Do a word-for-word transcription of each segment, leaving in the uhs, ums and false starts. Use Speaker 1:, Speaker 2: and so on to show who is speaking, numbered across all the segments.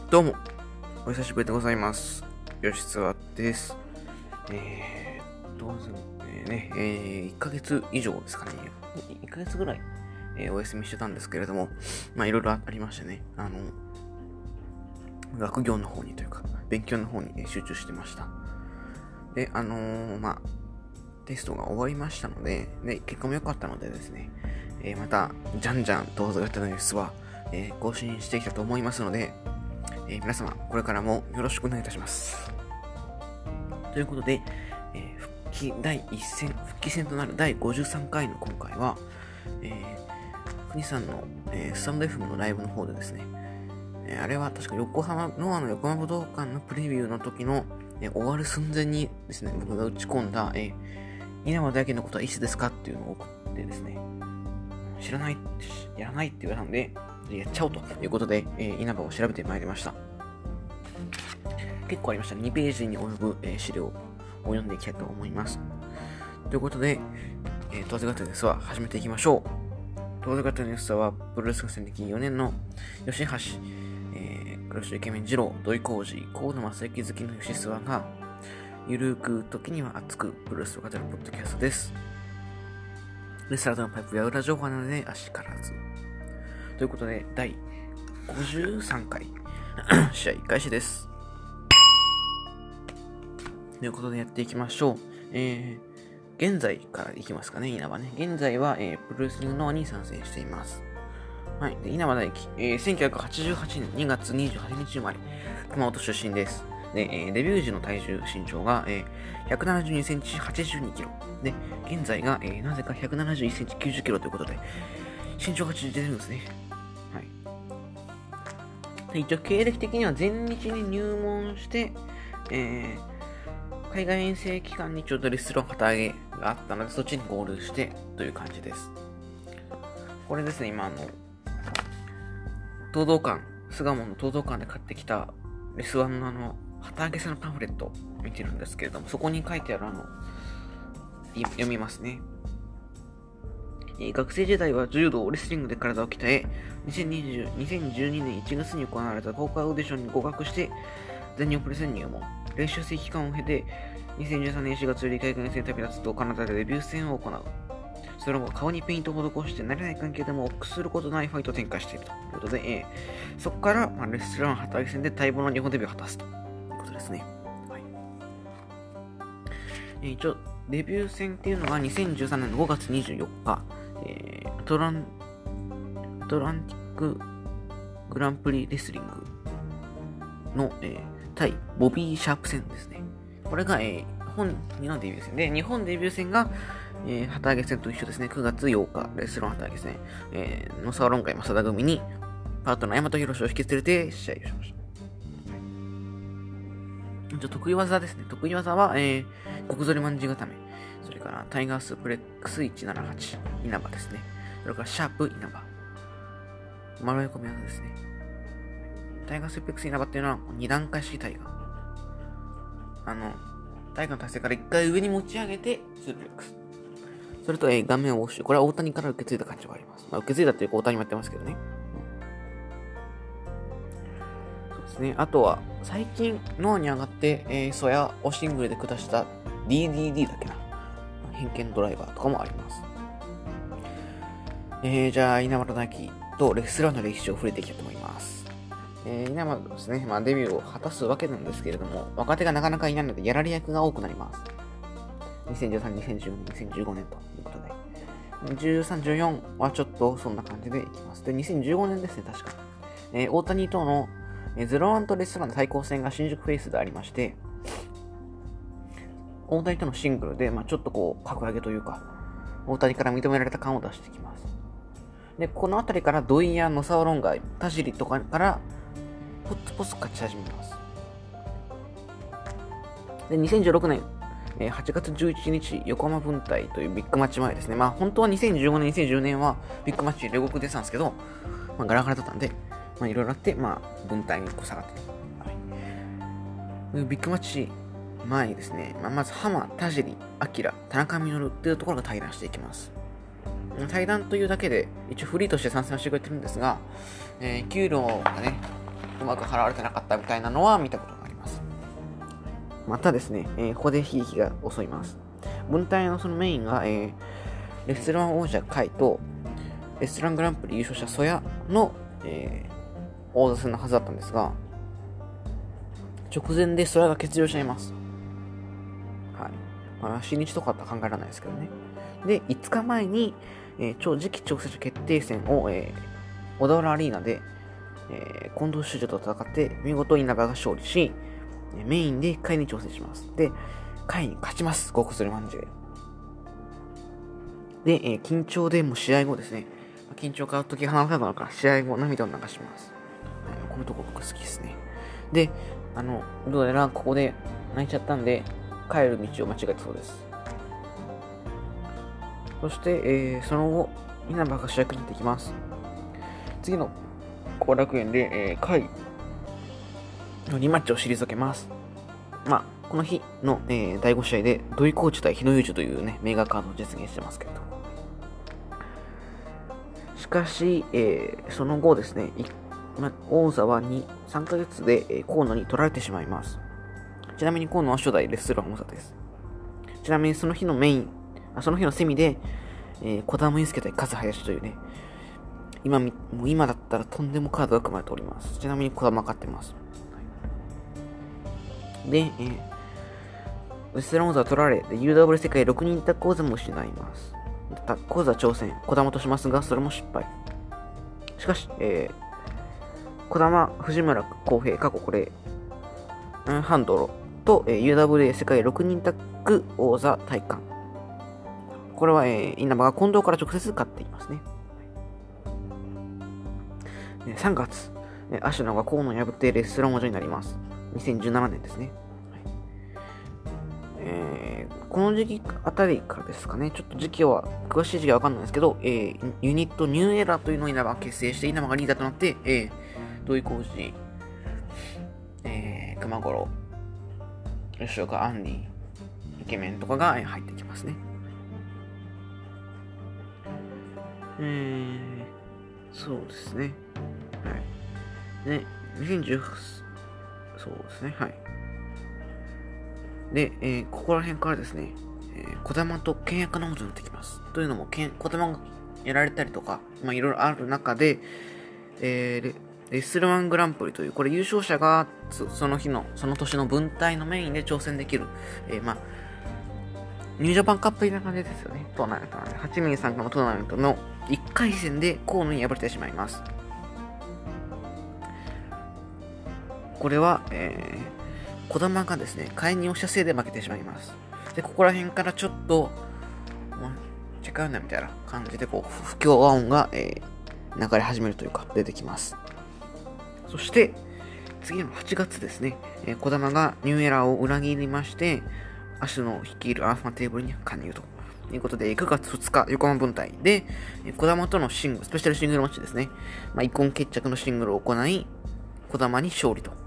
Speaker 1: どうも、お久しぶりでございます。吉沢です。えー、どうぞ、えー、ね、えー、いっかげつ以上ですかね。いっかげつぐらい、えー、お休みしてたんですけれども、まあいろいろありましてね、あの、学業の方にというか、勉強の方に、ね、集中してました。で、あのー、まあ、テストが終わりましたので、で、結果も良かったのでですね、えー、また、じゃんじゃん、どうぞ型のニュースは、えー、更新していきたいと思いますので、えー、皆様、これからもよろしくお願いいたします。ということで、えー、復帰第一戦、復帰戦となるだいごじゅうさんかいの今回は、えー、国さんの、えー、スタンド エフエム のライブの方でですね、えー、あれは確か横浜、ノアの横浜武道館のプレビューの時の、えー、終わる寸前にですね、僕が打ち込んだ、えー、稲葉大輝のことはいつですかっていうのを送ってですね、知らない、やらないって言われたので、やっちゃおうということで、えー、稲葉を調べてまいりました。結構ありました。にページに及ぶ、えー、資料を読んでいきたいと思います。ということで、えー、問わず型ニュースは始めていきましょう。問わず型ニュースは、プロレスが戦歴よねんの吉橋、えー、黒潮イケメン二郎、土井浩二、河野正幸好きの吉諏訪が、ゆるく時には熱くプロレスを語るポッドキャストです。レスラーとのパイプや裏情報なので、あしからず。ということで、だいごじゅうさんかい試合開始です。ということでやっていきましょう。えー、現在からいきますかね、稲葉ね。現在は、えー、プロレスリングノアに参戦しています。はい。で、稲葉大輝、えー、せんきゅうひゃくはちじゅうはちねんにがつにじゅうはちにち生まれ、熊本出身です。で、えー、デビュー時の体重身長が、えー、ひゃくななじゅうにセンチはちじゅうにキロ。で、現在が、えー、なぜかひゃくななじゅういちセンチきゅうじゅっキロということで、身長が縮んでるんですね。はい。一応経歴的には前日に入門して、えー、海外遠征期間にちょうどレストラン旗揚げがあったので、そっちに合流してという感じです。これですね、今あの、東道館、巣鴨の東道館で買ってきたレスワンのあの、旗揚げ戦のパンフレットを見てるんですけれども、そこに書いてあるあの、読みますね。学生時代は柔道、レスリングで体を鍛え、にせんにじゅう、にせんじゅうにねんいちがつに行われた公開オーディションに合格して、全日本プロレスに入門。練習生期間を経て、にせんじゅうさんねんしがつより海外戦旅立つとカナダでデビュー戦を行う。その後、顔にペイントを施して慣れない関係でも臆することないファイトを展開しているということで、えー、そこから、まあ、レスラー旗揚げ戦で待望の日本デビューを果たすということですね。はい。えー、一応、デビュー戦っていうのがにせんじゅうさんねんのごがつにじゅうよっか、えー、アトラン、アトランティックグランプリレスリングの、えー、対ボビー・シャープ戦ですね。これが、えー、本人のデビュー戦で、日本デビュー戦が、えー、旗揚げ戦と一緒ですね。くがつようか、レスラー旗揚げ戦、えー、野沢論外正田組に、パートナー大和宏を引き連れて試合をしました。得意技ですね。得意技は、えー、国反りまんじ固め。それから、タイガースプレックスいちななはち、稲葉ですね。それから、シャープ稲葉。丸め込み技ですね。タイガースプレックス稲葉っていうのは、に段階式タイガー。あの、タイガーの体勢からいっかい上に持ち上げて、スープレックス。それと、えー、顔面を押収。これは大谷から受け継いだ感じがあります。まあ、受け継いだっていうか大谷もやってますけどね。うん、そうですね。あとは、最近、ノアに上がって、えー、ソヤをシングルで下した ディーディーディー だっけな。偏見ドライバーとかもあります。えー、じゃあ、稲葉大輝とレスラーの歴史を触れていきたいと思います。えー、稲葉ですね、まあ、デビューを果たすわけなんですけれども、若手がなかなかいないので、やられ役が多くなります。にせんじゅうさん、にせんじゅうよねん、にせんじゅうごねんということで。じゅうさん、じゅうよんはちょっとそんな感じでいきます。で、にせんじゅうごねんですね、確か。えー、大谷との、えー、ゼロワンとレスラーの対抗戦が新宿フェイスでありまして、大谷とのシングルで、まあ、ちょっとこう、格上げというか、大谷から認められた感を出してきます。で、このあたりから土井や野沢論外、田尻とかから、ポツポツ勝ち始めます。で、にせんじゅうろくねん、えー、はちがつじゅういちにち、横浜分隊というビッグマッチ前ですね。まあ、本当はにせんじゅうごねん、にせんじゅうねんはビッグマッチ両国出てたんですけど、まあ、ガラガラだったんで、まあ、いろいろあって、まあ、分隊にこう下がって、はい、ビッグマッチ前にですね、まあ、まず浜、田尻、明、田中稔っていうところが対談していきます。対談というだけで、一応フリーとして参戦してくれてるんですが、えー、給料がね、 うまく払われてなかったみたいなのは見たことがあります。またですね、えー、ここで悲劇が襲います。文体のそのメインが、えー、レストラン王者カイとレストラングランプリ優勝者ソヤの、えー、王座戦のはずだったんですが、直前でソヤが欠場しちゃいます。はい。まあ、新日とかだったら考えられないですけどね。で、いつかまえに、えー、超次期挑戦者決定戦を、えー、小田原アリーナで、えー、近藤修二と戦って、見事稲葉が勝利し、メインでカイに挑戦します。で、カイに勝ちます。極するまんじゅうで。で、えー、緊張でも試合後ですね。緊張から解き放たれたのか、試合後涙を流します。こういうとこ僕好きですね。で、あの、どうやらここで泣いちゃったんで、帰る道を間違えたそうです。そして、えー、その後、稲葉が主役になっていきます。次の後楽園で、えー、カイのリマッチを退けます。まあ、この日の、えー、だいご試合で、土井コーチ対日野裕二というね、メガカードを実現してますけれど。しかし、えー、その後ですね、ま、王座はに、さんかげつで、えー、河野に取られてしまいます。ちなみに河野は初代レスラー王座です。ちなみにその日のメイン、あその日のセミで、えー、小玉祐介対勝林というね、今、もう今だったらとんでもカードが組まれております。ちなみに小玉勝ってます。で、えー、レスラー王座は取られ、で ユーダブリュー 世界ろくにんタッグ王座も失います。タッグ王座挑戦、小玉としますが、それも失敗。しかし、えー、小玉、藤村康平、過去これ、うん、ハンドロと、えー、ユーダブリュー 世界ろくにんタッグ王座体感。これは、えー、稲葉が近藤から直接勝っていますね。さんがつ、アシュナが河野を破ってレスラー王者になります。にせんじゅうななねんですね。はいえー、この時期あたりからですかね、ちょっと時期は、詳しい時期はわかんないんですけど、えー、ユニットニューエラーというのを稲葉が結成して、稲葉がリーダーとなって、えー、土井浩二、えー、熊五郎、吉岡、アンディ、イケメンとかが入ってきますね。えー、そうですね。はい。で、にせんじゅうはち、そうですね、はい。で、えー、ここら辺からですね、えー、小玉と倹約の王女になってきます。というのも、小玉がやられたりとか、まあいろいろある中で、えー、レスルワングランプリという、これ優勝者がその日の、その年の分隊のメインで挑戦できる、えー、まあ、ニュージャパンカップ的な感じですよね。トーナメントなんで、はちにん参加のトーナメントのいっかい戦で河野に敗れてしまいます。これは、えー、小玉がですね、解任をしたせいで負けてしまいます。で、ここら辺からちょっと、まあ、違うなみたいな感じで、こう、不協和音が、えー、流れ始めるというか、出てきます。そして、次のはちがつですね、えー、小玉がニューエラーを裏切りまして、アシュの率いるアーファンテーブルに加入ということで、くがつふつか、横浜分隊で、小玉とのシングル、スペシャルシングルマッチですね。まあ、一本決着のシングルを行い、小玉に勝利と。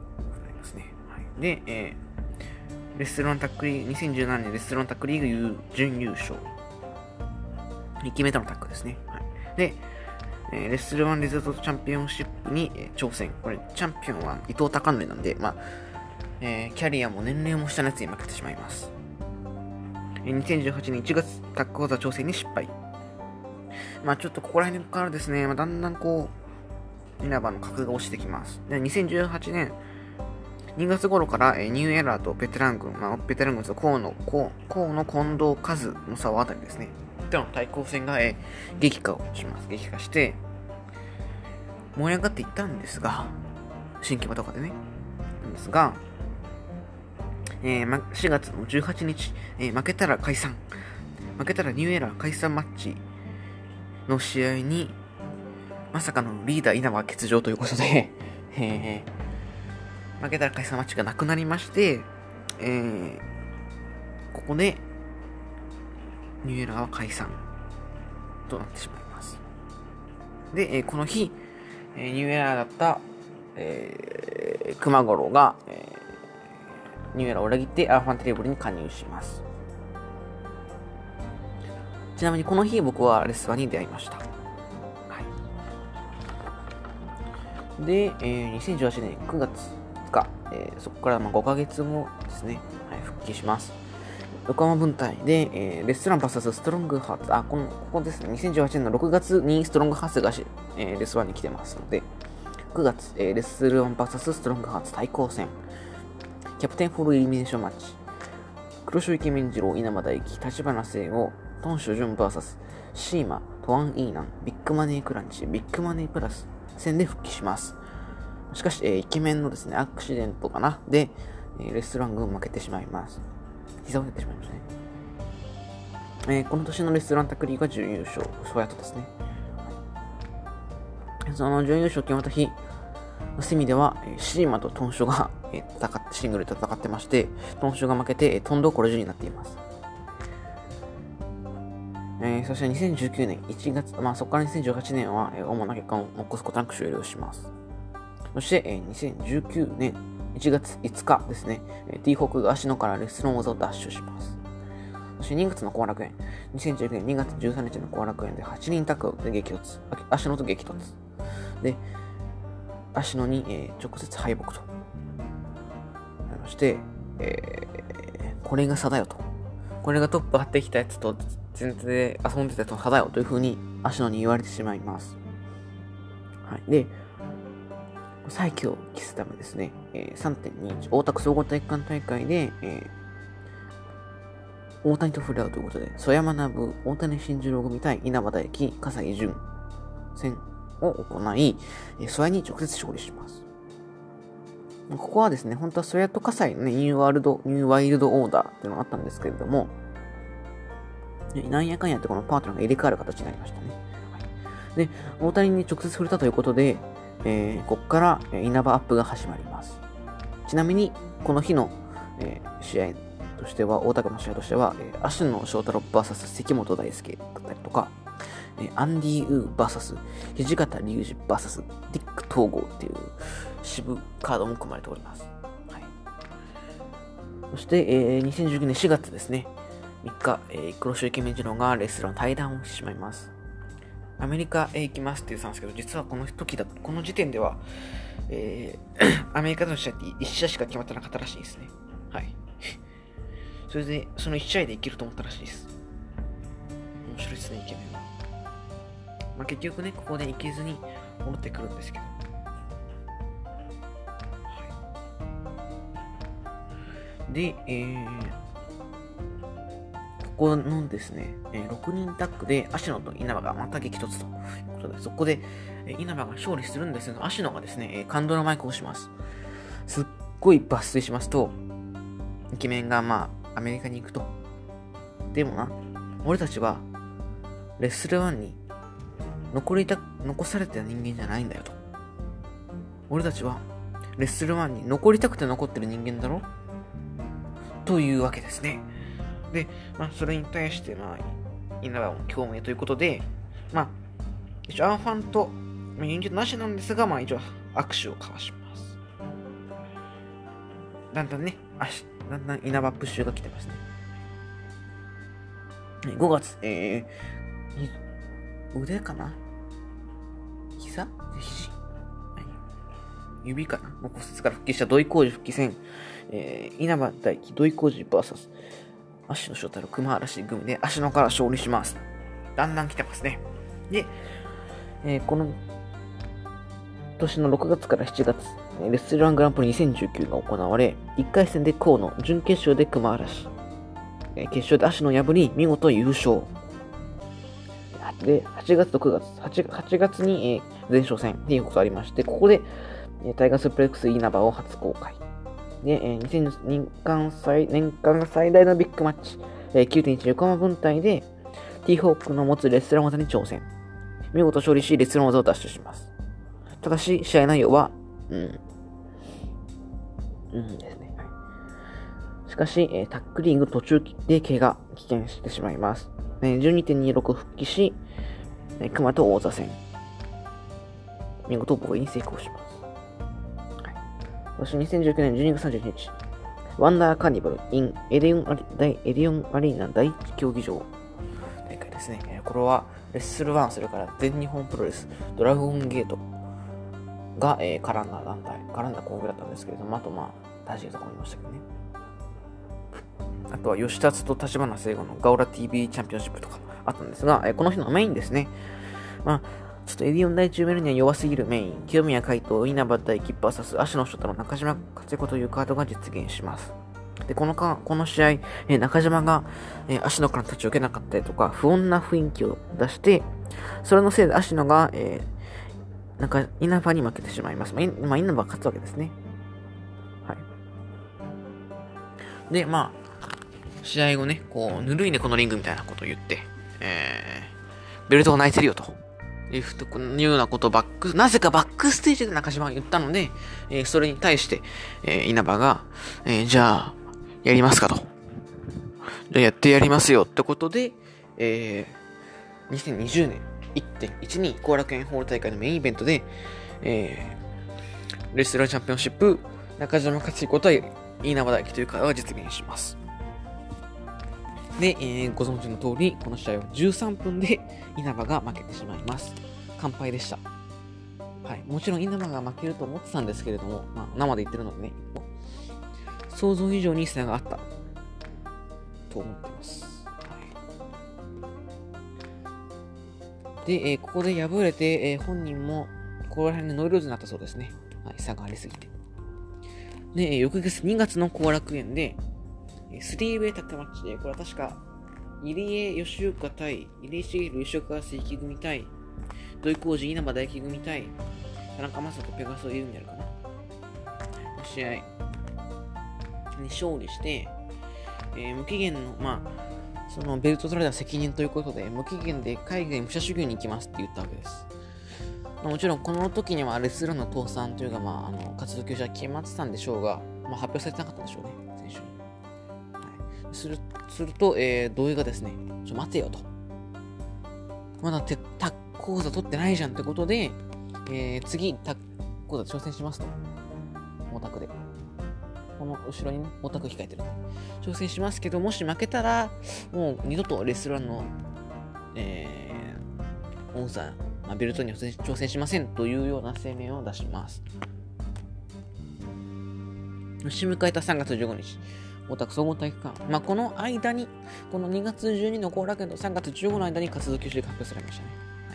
Speaker 1: で、えー、レストランタックリーグ、にせんじゅうななねんレストランタックリーグ準優勝。にきめとのタッグですね。はい、で、えー、レストランリゾートチャンピオンシップに、えー、挑戦。これ、チャンピオンは伊藤孝則なんで、まあ、えー、キャリアも年齢も下のやつに負けてしまいます。えー、にせんじゅうはちねんいちがつ、タッグ王座挑戦に失敗。まあ、ちょっとここら辺からですね、まあ、だんだんこう、稲葉の格が落ちてきます。で、にせんじゅうはちねん、にがつ頃から、えー、ニューエラーとベテラン軍、まあ、ベテラン軍と河野、河野近藤和の差はあたりですね。との対抗戦が、えー、激化をします。激化して、盛り上がっていったんですが、新規場とかでね。なんですが、えー、しがつのじゅうはちにち、えー、負けたら解散。負けたらニューエラー解散マッチの試合に、まさかのリーダー稲葉が欠場ということで、えー、負けたら解散マッチがなくなりまして、えー、ここで、ニューエラーは解散となってしまいます。で、えー、この日、えー、ニューエラーだった、えー、熊五郎が、えー、ニューエラーを裏切ってアーファンテレブルに加入します。ちなみにこの日僕はレスワに出会いました。はい。 で、えー、にせんじゅうはちねんくがつか、えー、そこからまあごかげつごですね、はい、復帰します。横浜分隊で、えー、レストラン ブイエス ストロングハーツ、あ、この、ここですね、にせんじゅうはちねんのろくがつにストロングハーツがし、えー、レスワンに来てますので、くがつ、えー、レスラン ブイエス ストロングハーツ対抗戦、キャプテンフォールエリミネーションマッチ、黒潮イケメン二郎、稲葉大輝、立花聖吾、トンショジュン ブイエス シーマ、トワン・イーナン、ビッグマネークランチ、ビッグマネープラス戦で復帰します。しかし、えー、イケメンのですね、アクシデントかなで、えー、レストラン軍負けてしまいます。膝を打ってしまいましたね。えー、この年のレストランタクリーが準優勝、ソヤトですね。その準優勝決まった日のセミでは、えー、シーマとトンショが、えー、戦って、シングルで戦ってまして、トンショが負けて、えー、トンドコレジュになっています。えー、そしてにせんじゅうきゅうねんいちがつ、まあそこからにせんじゅうはちねんは、えー、主な結果を残すことなく終了します。そして、えー、にせんじゅうきゅうねんいちがついつかですね、えー、T ホークが足野からレスロン技を奪取します。そしてにがつの後楽園、にせんじゅうきゅうねんにがつじゅうさんにちの後楽園ではちにんタッグで激突、足野と激突。で、足野に、えー、直接敗北と。そして、えー、これが差だよと。これがトップ張ってきたやつと前提で遊んでたやつの差だよという風に足野に言われてしまいます。はい。で、再起を期すためですね、えー、さんてんにいち 大田区総合体育館大会で、えー、大谷と触れ合うということで、曽山学、大谷慎次郎組対稲葉大輝、笠井淳戦を行い、えー、曽谷に直接勝利します。ここはですね、本当は曽谷と笠井のね、ニューワールド、ニューワイルドオーダーっていうのがあったんですけれども、なんやかんやってこのパートナーが入れ替わる形になりましたね。はい、で、大谷に直接触れたということで、えー、ここから、えー、稲葉アップが始まります。ちなみに、この日の、えー、試合としては、大田区の試合としては、えー、芦野翔太郎 ブイエス 関本大輔だったりとか、えー、アンディ・ウー ブイエス 土方隆二 ブイエス ディック統合っていう渋カードも組まれております。はい、そして、えー、にせんじゅうきゅうねんしがつですね、みっか、えー、黒潮イケメン次郎がレスラーの対談をしてしまいます。アメリカへ行きますって言ってたんですけど、実はこの時だ、この時点では、えー、アメリカでの試合っていち試合しか決まってなかったらしいですね。はい。それで、そのいち試合でいけると思ったらしいです。面白いですね、イケメンは。まあ、結局ね、ここで行けずに戻ってくるんですけど。はい。で、えー、ここのですね、えー、ろくにんタッグで芦野と稲葉がまた激突ということで、そこで、えー、稲葉が勝利するんですが、芦野がですね、えー、感動のマイクをします。すっごい抜粋しますと、イケメンがまあ、アメリカに行くと。でもな、俺たちは、レッスルワンに残りた、残されてた人間じゃないんだよと。俺たちは、レッスルワンに残りたくて残ってる人間だろというわけですね。で、まあ、それに対して、まあ、稲葉も共鳴ということで、まあ、一応、アンファンと、まあ、ユニットなしなんですが、まあ、一応、握手を交わします。だんだんね、足、だんだん稲葉プッシュが来てますね。ごがつ、えー、腕かな膝肘、はい、指かなもう骨折から復帰した土井浩二復帰戦、えー、稲葉大輝、土井浩二 ブイエス芦野翔太郎、熊原氏組で芦野から勝利します。だんだん来てますね。で、えー、この年のろくがつからしちがつ、レッスルワングランプリにせんじゅうきゅうが行われ、いっかい戦で河野、準決勝で熊原氏、えー、決勝で芦野を破り、見事優勝。で、はちがつとくがつ、はち, はちがつに、えー、前哨戦っていうことがありまして、ここで、えー、タイガースプレックス稲葉を初公開。で、えー、にせん年間最、年間最大のビッグマッチ、えー、きゅうてんいち 横浜分隊で、T ホークの持つレスラー技に挑戦。見事勝利し、レスラー技を奪取します。ただし、試合内容は、うん、うんですね。はい、しかし、えー、タックリング途中で怪我、棄権してしまいます。えー、じゅうにてんにじゅうろく 復帰し、えー、熊と王座戦。見事防衛に成功します。そしてにせんじゅうきゅうねんじゅうにがつさんじゅうににち、ワンダーカーニバル in エディオンアリ、大エディオンアリーナ第一競技場大会ですね。これはレッスルワン、それから全日本プロレス、ドラゴンゲートが、えー、絡んだ団体、絡んだ攻撃だったんですけれども、あとまあ、タジとかもいましたけどね。あとは吉達と立花聖吾のガオラ ティービー チャンピオンシップとかあったんですが、えー、この日のメインですね。まあ、ちょっとエディオン大中メルには弱すぎるメイン、清宮海斗、稲葉大輝 ブイエス 芦野翔太の中島勝子というカードが実現します。で、このか、この試合、えー、中島が、えー、芦野からタッチを受けなかったりとか、不穏な雰囲気を出して、それのせいで芦野が、えー、なんか稲葉に負けてしまいます。まあ、まあ、稲葉が勝つわけですね。はい。で、まあ、試合後ね、こう、ぬるいね、このリングみたいなことを言って、えー、ベルトが泣いてるよと。いうようなことをバック、なぜかバックステージで中島が言ったので、えー、それに対して、えー、稲葉が、えー、じゃあ、やりますかと。じゃあやってやりますよってことで、えー、にせんにじゅうねん いってんいちに 後楽園ホール大会のメインイベントで、えー、レスラーチャンピオンシップ、中島勝彦対稲葉大輝という会話が実現します。で、えー、ご存知の通り、この試合はじゅうさんぷんで稲葉が負けてしまいます。完敗でした。はい。もちろん稲葉が負けると思ってたんですけれども、まあ、生で言ってるのでね、想像以上に差があったと思っています。はい、で、えー、ここで敗れて、えー、本人もここら辺でノイローズになったそうですね。はい、差がありすぎて。で、えー、翌月にがつの後楽園で、スリーウェイタッグマッチで、これは確か、入江吉岡対、入江茂吉岡正規組対、土井浩二稲葉大輝組対、田中将人ペガソイルになるかな。試合に勝利して、えー、無期限の、まあ、そのベルト取られた責任ということで、無期限で海外に武者修行に行きますって言ったわけです。まあ、もちろんこの時にはレスラーの倒産というか、まあ、あの活動休止は決まってたんでしょうが、まあ、発表されてなかったんでしょうね、選手に。する、すると、えー、土井がですね、ちょ、待てよと。まだタッグ講座取ってないじゃんってことで、えー、次、タッグ講座挑戦しますと。オタクで。この後ろにね、オタク控えてるんで。挑戦しますけど、もし負けたら、もう二度とレスラーの、えー、オンサー、まあ、ベルトに挑戦しませんというような声明を出します。そして迎えたさんがつじゅうごにち。オタク総合体育館。まあ、この間に、このにがつじゅうにの後楽園とさんがつじゅうごの間に活動休止が発表されましたね。はい。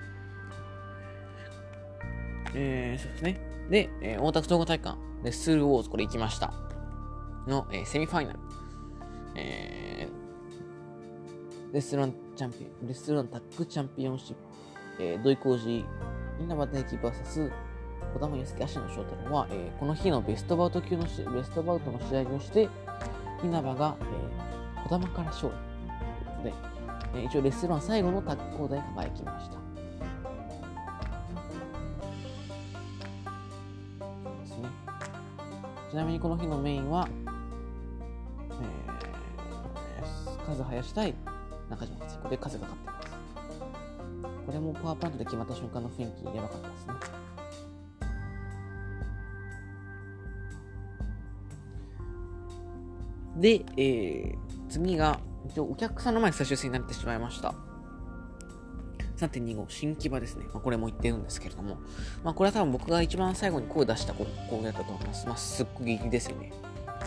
Speaker 1: えー、そうですね。で、えー、オタク総合体育館、レッスルウォーズ、これ行きました。の、えー、セミファイナル。えー、レスランチャンピオン、レスランタッグチャンピオンシップ、えー、土井浩二、稲葉大輝 ブイエス 児玉悠介、芦野翔太郎は、えー、この日のベストバウト級のしベストバウトの試合をして、稲葉が、えー、児玉から勝利ということで、えー、一応レスラン最後のタッグ交代が輝きました。そうですね。ちなみにこの日のメインは、えー、カズ林対中島勝彦でカズが勝っています。これもパワープラントで決まった瞬間の雰囲気やばかったですね。で、えー、次が、一応お客さんの前で最終戦になってしまいました。さんてんにご、新木場ですね。まあ、これも言ってるんですけれども。まあ、これは多分僕が一番最後に声を出した攻撃だったと思います。まあ、すっごいギリですよね。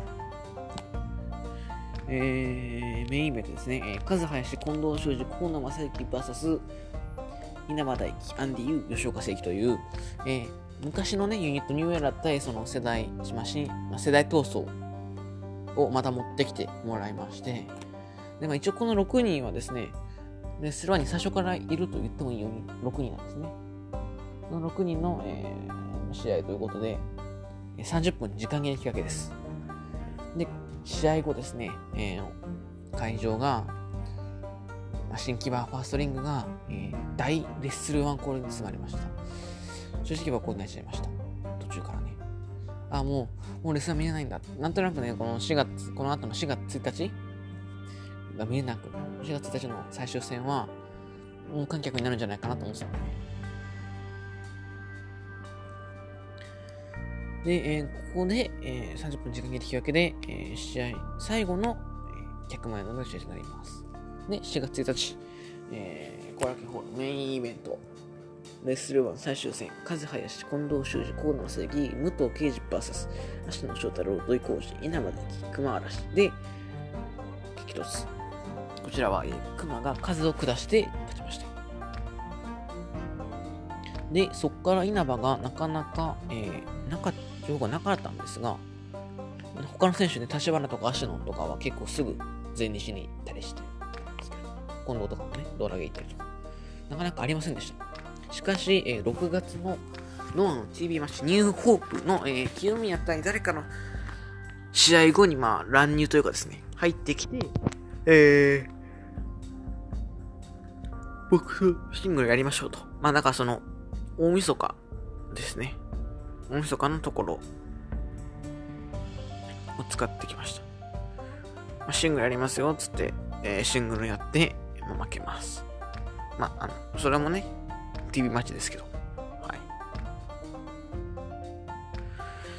Speaker 1: えー、メインイベントですね。えー、カズハヤシ、近藤修二、河野正幸 ブイエス 稲葉大輝、アンディユー、吉岡正樹という、えー、昔のね、ユニットニューエラー対その世代、ましまあ、世代闘争をまた持ってきてもらいまして、で、まあ、一応このろくにんはですね、レスラーに最初からいると言ってもいいようにろくにんなんですね。このろくにんの、えー、試合ということで、さんじゅっぷん時間切れ企画です。で、試合後ですね、えー、会場が、新木場ファーストリングが、えー、大レッスルワンコールに包まれました。正直はこうなっちゃいました。途中からね。あ、もう、もうレスラー見れないんだ。なんとなくね、このしがつ、この後のしがつついたちが見れなく、しがつついたちの最終戦は、無観客になるんじゃないかなと思ってたのね。で、えー、ここで、えー、さんじゅっぷん時間切れ引き分けで、えー、試合最後の、えー、ひゃくまんえんの試合となります。で、しがつついたち、えー、後楽園ホールメインイベントレッスルワン最終戦、風林、近藤修二、河野正義、武藤敬司 ブイエス 芦野翔太郎、土井浩二、稲葉大輝、熊嵐で激突。こちらは、えー、熊が風を下して勝ちました。で、そこから稲葉がなかなか、えー、なか情報がなかったんですが、他の選手で、ね、立花とか芦野とかは結構すぐ全日に行ったりして、近藤とかもね、ドラゲ行ったりとか、なかなかありませんでした。しかし、えー、ろくがつのノアの ティービー マッチ、ニューホープの、えー、清宮対誰かの試合後に、まあ、乱入というかですね、入ってきて、えー、僕とシングルやりましょうと。まあ、だからその、大晦日ですね。大晦日のところを使ってきました。まあ、シングルやりますよ、つって、えー、シングルやって、まあ、負けます。まあ、あの、それもね、ティービー マッチですけど。はい。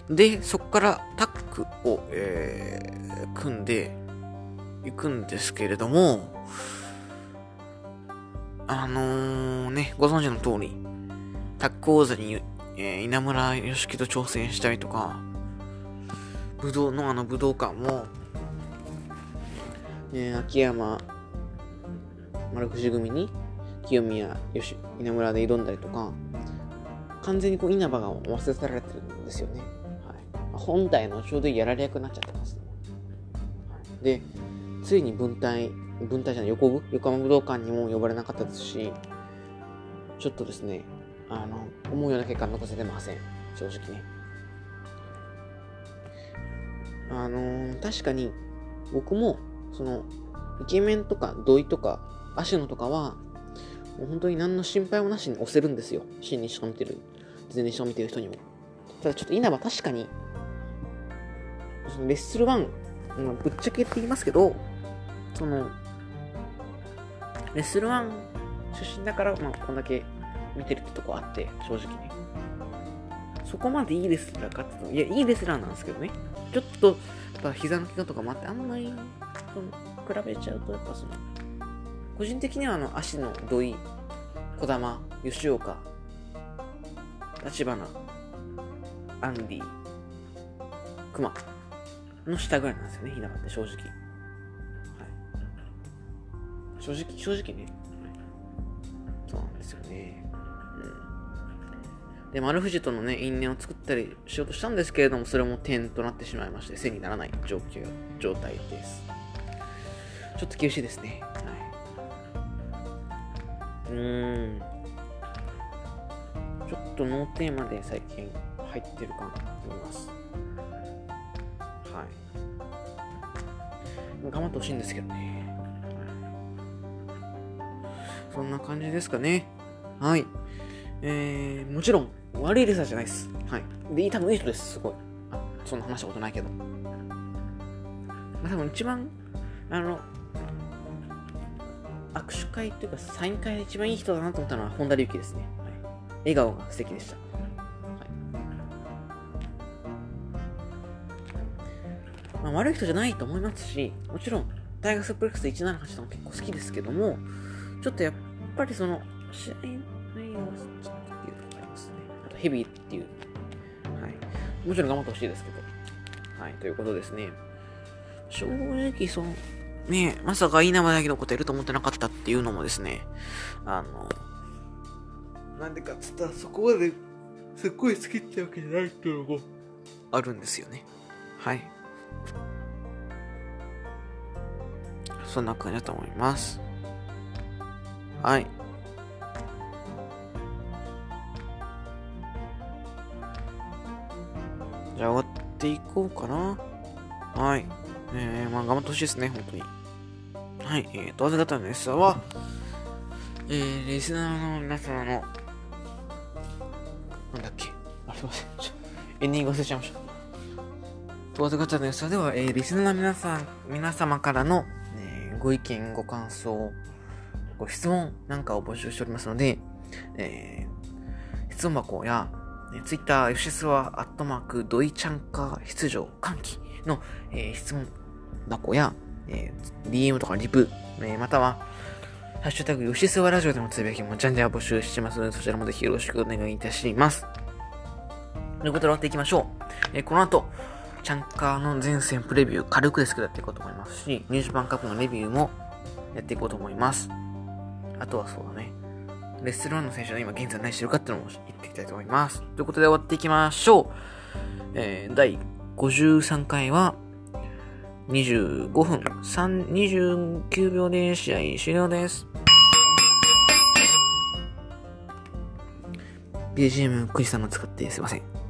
Speaker 1: で、そこからタッグを、えー、組んでいくんですけれども、あのー、ね、ご存知の通り、タッグ王座に、えー、稲村良樹と挑戦したりとか、武道のあの武道館も、えー、秋山丸藤組に清宮よし稲村で挑んだりとか、完全にこう稲葉が忘れ去られてるんですよね。はい、本体のちょうどいいやられ役になっちゃってますね。はい、で、ついに分隊分隊じゃない横部横浜武道館にも呼ばれなかったですし、ちょっとですね、あの思うような結果残せてません、正直ね。あのー、確かに僕もそのイケメンとか土井とか芦野とかはもう本当に何の心配もなしに押せるんですよ。新日を見てる、全日を見てる人にも。ただちょっと稲葉確かに、そのレッスルワン、ぶっちゃけって言いますけど、その、レッスルワン出身だから、まあ、こんだけ見てるってとこあって、正直ね。そこまでいいレスラーかって言うと、いや、いいレスラーなんですけどね。ちょっと、やっぱ膝の怪我とかもあって、あんまり、その、比べちゃうと、やっぱその、個人的にはあの足の土井、児玉、吉岡、立花、アンディ、熊の下ぐらいなんですよね、稲葉って正直。はい、正直、正直ね。そうなんですよね。うん。で、丸藤とのね、因縁を作ったりしようとしたんですけれども、それも点となってしまいまして、線にならない状況、状態です。ちょっと厳しいですね。はい。うーん。ちょっとノーテーマで最近入ってる感があります。はい。頑張ってほしいんですけどね。そんな感じですかね。はい。えー、もちろん、悪いレーサーじゃないです。はい。で、多分いい人です、すごい。あ、そんな話したことないけど。まあ、多分一番、あの、握手会というかサイン会で一番いい人だなと思ったのは本田隆起ですね。はい、笑顔が素敵でした。はい、まあ、悪い人じゃないと思いますし、もちろんタイガースプレックスいちななはちとかも結構好きですけども、ちょっとやっぱりその試合内容はちょっとっていうのがありますね。あとヘビーっていう、はい、もちろん頑張ってほしいですけど、はい、ということですね。正直そのねえ、まさか稲葉大輝のことやると思ってなかったっていうのもですね、あの、なんでかっつったらそこまですっごい好きってわけじゃないっていうのもあるんですよね。はい。そんな感じだと思います。はい。じゃあ終わっていこうかな。はい。えー、まあ頑張ってほしいですね、本当に。はい、えーと、あず方のレッサーは、えー、リスナーの皆様の、なんだっけ、あ、すいません、ちょエンディング忘れちゃいました。と、あず方のレッサーでは、えー、リスナーの皆さん、皆様からの、えー、ご意見、ご感想、ご質問なんかを募集しておりますので、えー、質問箱や、えー、ツイッター、よしすわ、アットマーク、ドイチャンカ出場歓喜の、えー、質問箱や、えー、ディーエム とかリプ、えー、または、 ハッシュタグ、よしすわラジオでのつぶやきもじゃんじゃん募集してますので、そちらもぜひよろしくお願いいたします。ということで終わっていきましょう。えー、この後、チャンカーの前線プレビュー、軽くですけどやっていこうと思いますし、ニュージャパンカップのレビューもやっていこうと思います。あとはそうだね、レッスルワンの選手が今現在何してるかっていうのも言っていきたいと思います。ということで終わっていきましょう。えー、だいごじゅうさんかいは、にじゅうごふん、にじゅうきゅうびょうで試合終了です。ビージーエム クリスさんの使ってすいません。